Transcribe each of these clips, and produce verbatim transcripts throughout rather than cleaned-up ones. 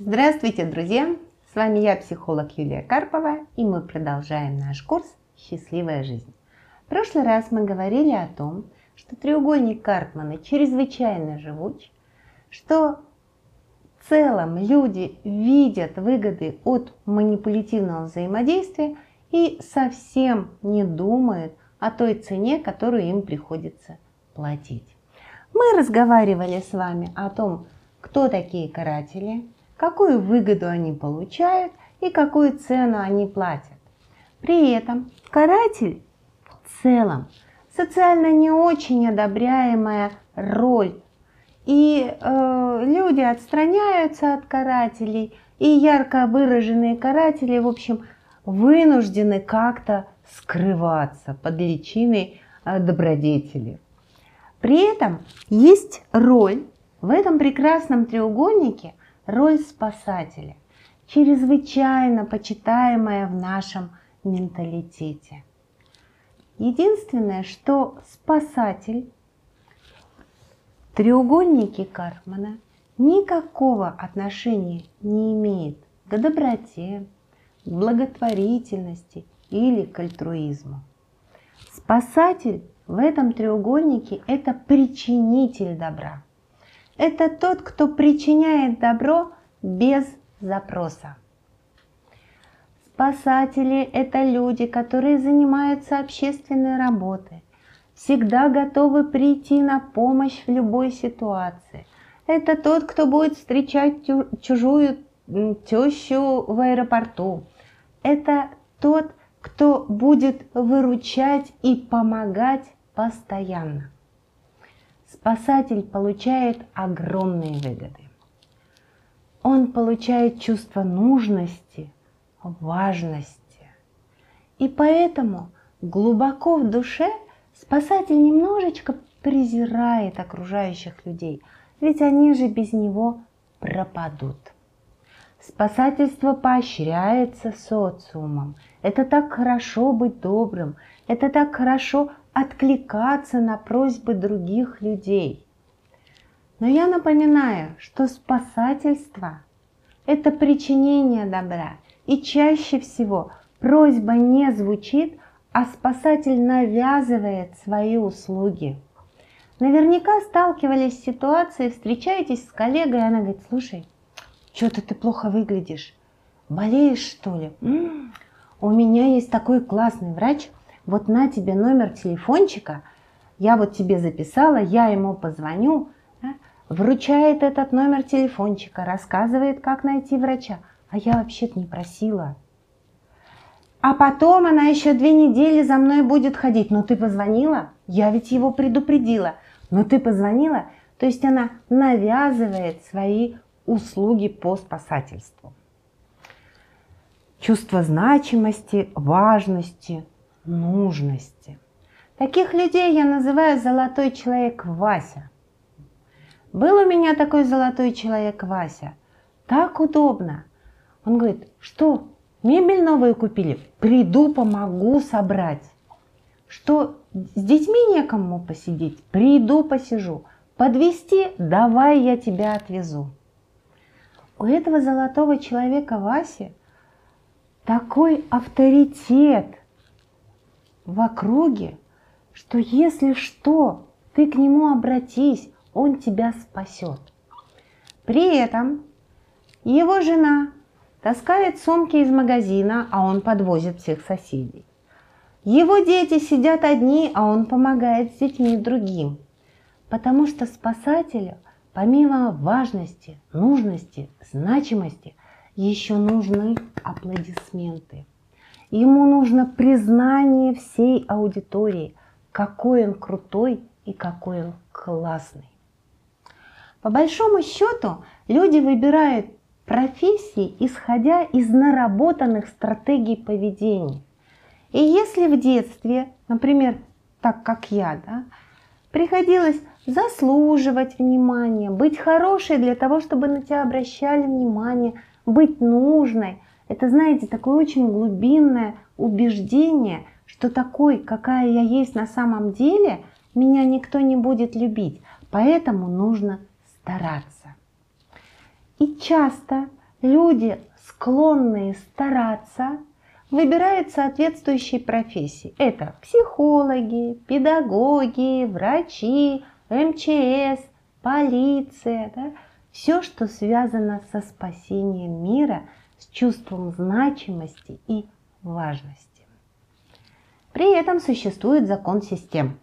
Здравствуйте, друзья! С вами я, психолог Юлия Карпова, и мы продолжаем наш курс «Счастливая жизнь». В прошлый раз мы говорили о том, что треугольник Карпмана чрезвычайно живуч, что в целом люди видят выгоды от манипулятивного взаимодействия и совсем не думают о той цене, которую им приходится платить. Мы разговаривали с вами о том, кто такие каратели, какую выгоду они получают и какую цену они платят. При этом каратель в целом социально не очень одобряемая роль. И э, люди отстраняются от карателей, и ярко выраженные каратели, в общем, вынуждены как-то скрываться под личиной э, добродетели. При этом есть роль в этом прекрасном треугольнике, роль спасателя, чрезвычайно почитаемая в нашем менталитете. Единственное, что спасатель в треугольнике Карпмана никакого отношения не имеет к доброте, к благотворительности или к альтруизму. Спасатель в этом треугольнике – это причинитель добра. Это тот, кто причиняет добро без запроса. Спасатели – это люди, которые занимаются общественной работой, всегда готовы прийти на помощь в любой ситуации. Это тот, кто будет встречать чужую тещу в аэропорту. Это тот, кто будет выручать и помогать постоянно. Спасатель получает огромные выгоды. Он получает чувство нужности, важности. И поэтому глубоко в душе спасатель немножечко презирает окружающих людей, ведь они же без него пропадут. Спасательство поощряется социумом. Это так хорошо быть добрым, это так хорошо откликаться на просьбы других людей. Но я напоминаю, что спасательство – это причинение добра. И чаще всего просьба не звучит, а спасатель навязывает свои услуги. Наверняка сталкивались с ситуацией, встречаетесь с коллегой, и она говорит: слушай, что-то ты плохо выглядишь, болеешь что ли? М-м, у меня есть такой классный врач, вот на тебе номер телефончика, я вот тебе записала, я ему позвоню, да, вручает этот номер телефончика, рассказывает, как найти врача, а я вообще-то не просила. А потом она еще две недели за мной будет ходить. Ну ты позвонила? Я ведь его предупредила. Ну ты позвонила? То есть она навязывает свои услуги по спасательству. Чувство значимости, важности, нужности. Таких людей я называю золотой человек Вася. Был у меня такой золотой человек Вася. Так удобно. Он говорит: что, мебель новую купили? Приду, помогу собрать. Что, с детьми некому посидеть? Приду, посижу. Подвезти? Давай я тебя отвезу. У этого золотого человека Васи такой авторитет в округе, что если что, ты к нему обратись, он тебя спасет. При этом его жена таскает сумки из магазина, а он подвозит всех соседей. Его дети сидят одни, а он помогает с детьми другим. Потому что спасателю, помимо важности, нужности, значимости, еще нужны аплодисменты. Ему нужно признание всей аудитории, какой он крутой и какой он классный. По большому счету, люди выбирают профессии, исходя из наработанных стратегий поведения. И если в детстве, например, так как я, да, приходилось заслуживать внимания, быть хорошей для того, чтобы на тебя обращали внимание, быть нужной, это, знаете, такое очень глубинное убеждение, что такой, какая я есть на самом деле, меня никто не будет любить, поэтому нужно стараться. И часто люди, склонные стараться, выбирают соответствующие профессии. Это психологи, педагоги, врачи, эм че эс, полиция. Да? Все, что связано со спасением мира, с чувством значимости и важности. При этом существует закон систем.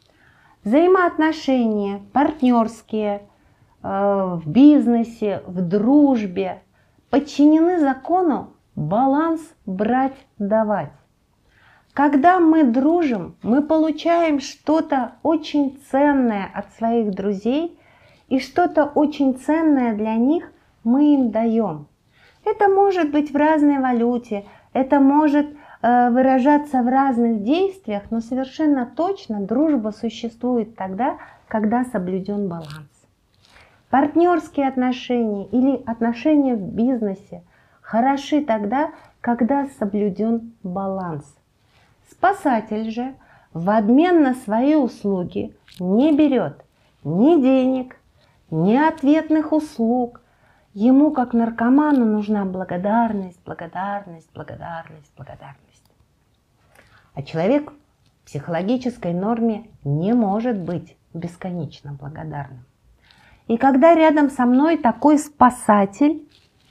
Взаимоотношения партнерские, э, в бизнесе, в дружбе подчинены закону баланс брать-давать. Когда мы дружим, мы получаем что-то очень ценное от своих друзей, и что-то очень ценное для них мы им даем. Это может быть в разной валюте, это может э, выражаться в разных действиях, но совершенно точно дружба существует тогда, когда соблюден баланс. Партнерские отношения или отношения в бизнесе хороши тогда, когда соблюден баланс. Спасатель же в обмен на свои услуги не берет ни денег, ни ответных услуг. Ему, как наркоману, нужна благодарность, благодарность, благодарность, благодарность. А человек в психологической норме не может быть бесконечно благодарным. И когда рядом со мной такой спасатель,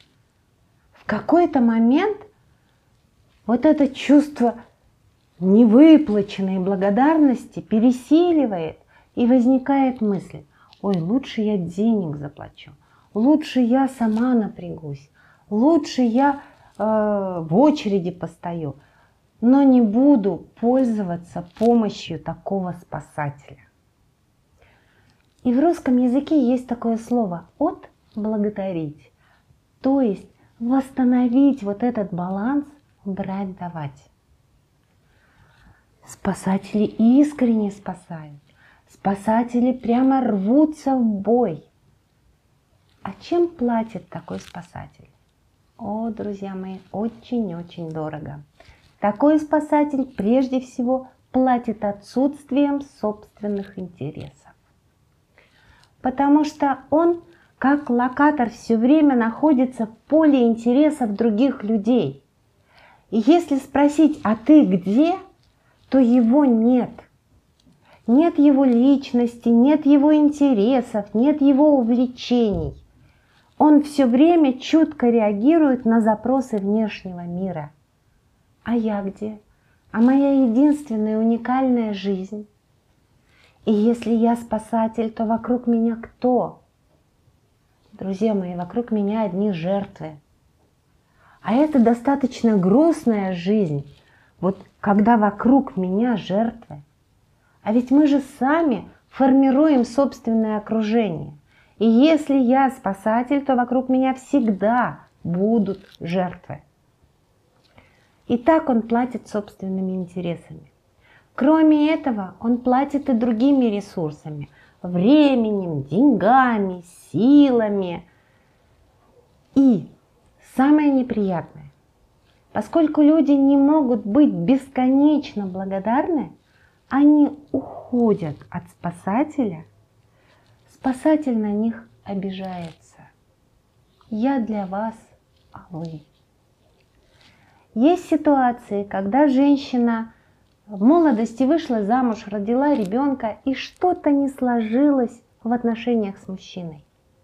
в какой-то момент вот это чувство невыплаченной благодарности пересиливает, и возникает мысль: ой, лучше я денег заплачу, лучше я сама напрягусь, лучше я э, в очереди постою, но не буду пользоваться помощью такого спасателя. И в русском языке есть такое слово «отблагодарить», то есть восстановить вот этот баланс брать-давать. Спасатели искренне спасают, спасатели прямо рвутся в бой. А чем платит такой спасатель? О, друзья мои, очень-очень дорого. Такой спасатель прежде всего платит отсутствием собственных интересов. Потому что он, как локатор, все время находится в поле интересов других людей. И если спросить: а ты где?, то его нет. Нет его личности, нет его интересов, нет его увлечений. Он все время чутко реагирует на запросы внешнего мира. А я где? А моя единственная уникальная жизнь? И если я спасатель, то вокруг меня кто? Друзья мои, вокруг меня одни жертвы. А это достаточно грустная жизнь, вот когда вокруг меня жертвы. А ведь мы же сами формируем собственное окружение. И если я спасатель, то вокруг меня всегда будут жертвы. И так он платит собственными интересами. Кроме этого, он платит и другими ресурсами: временем, деньгами, силами. И самое неприятное, поскольку люди не могут быть бесконечно благодарны, они уходят от спасателя, спасатель на них обижается. Я для вас, а вы. Есть ситуации, когда женщина в молодости вышла замуж, родила ребенка, и что-то не сложилось в отношениях с мужчиной.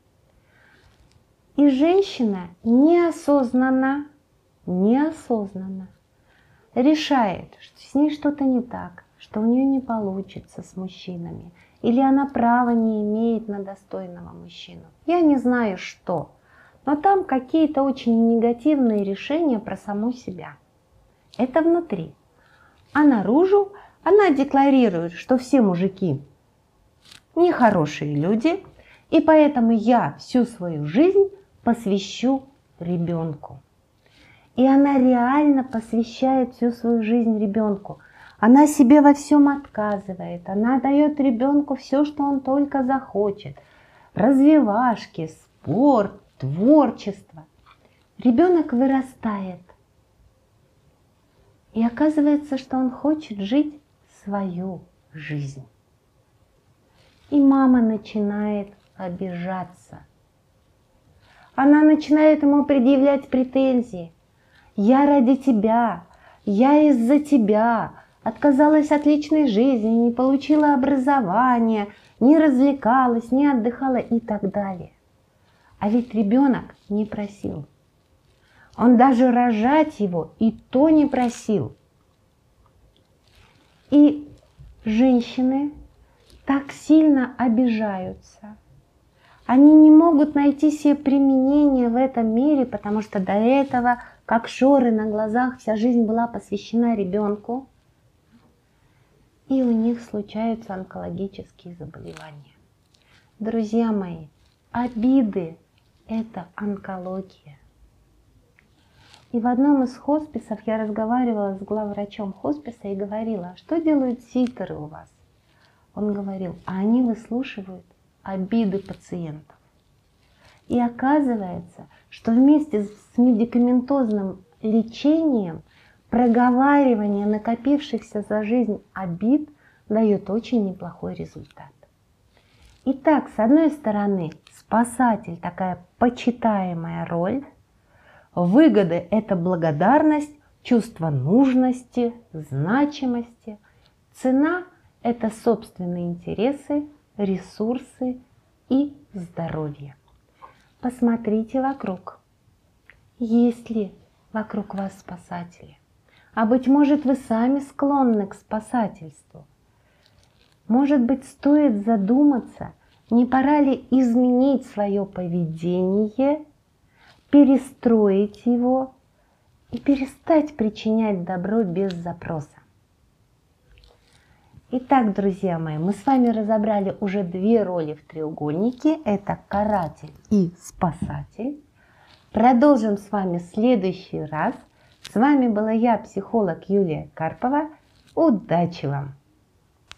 И женщина неосознанно, неосознанно решает, что с ней что-то не так, что у нее не получится с мужчинами, или она права не имеет на достойного мужчину. Я не знаю что, но там какие-то очень негативные решения про саму себя. Это внутри. А наружу она декларирует, что все мужики нехорошие люди, и поэтому я всю свою жизнь посвящу ребенку. И она реально посвящает всю свою жизнь ребенку. Она себе во всем отказывает, она дает ребенку все, что он только захочет. Развивашки, спорт, творчество. Ребенок вырастает. И оказывается, что он хочет жить свою жизнь. И мама начинает обижаться. она начинает ему предъявлять претензии. Я ради тебя, я из-за тебя отказалась от личной жизни, не получила образования, не развлекалась, не отдыхала и так далее. А ведь ребенок не просил. Он даже рожать его и то не просил. И женщины так сильно обижаются. Они не могут найти себе применение в этом мире, потому что до этого, как шоры на глазах, вся жизнь была посвящена ребенку. И у них случаются онкологические заболевания. Друзья мои, обиды – это онкология. И в одном из хосписов я разговаривала с главврачом хосписа и говорила, что делают ситеры у вас? Он говорил, а они выслушивают обиды пациентов. И оказывается, что вместе с медикаментозным лечением проговаривание накопившихся за жизнь обид дает очень неплохой результат. Итак, с одной стороны, спасатель – такая почитаемая роль. Выгоды – это благодарность, чувство нужности, значимости. Цена – это собственные интересы, ресурсы и здоровье. Посмотрите вокруг. Есть ли вокруг вас спасатели? А быть может, вы сами склонны к спасательству. Может быть, стоит задуматься, не пора ли изменить свое поведение, перестроить его и перестать причинять добро без запроса. Итак, друзья мои, мы с вами разобрали уже две роли в треугольнике. Это каратель и спасатель. Продолжим с вами в следующий раз. С вами была я, психолог Юлия Карпова. Удачи вам!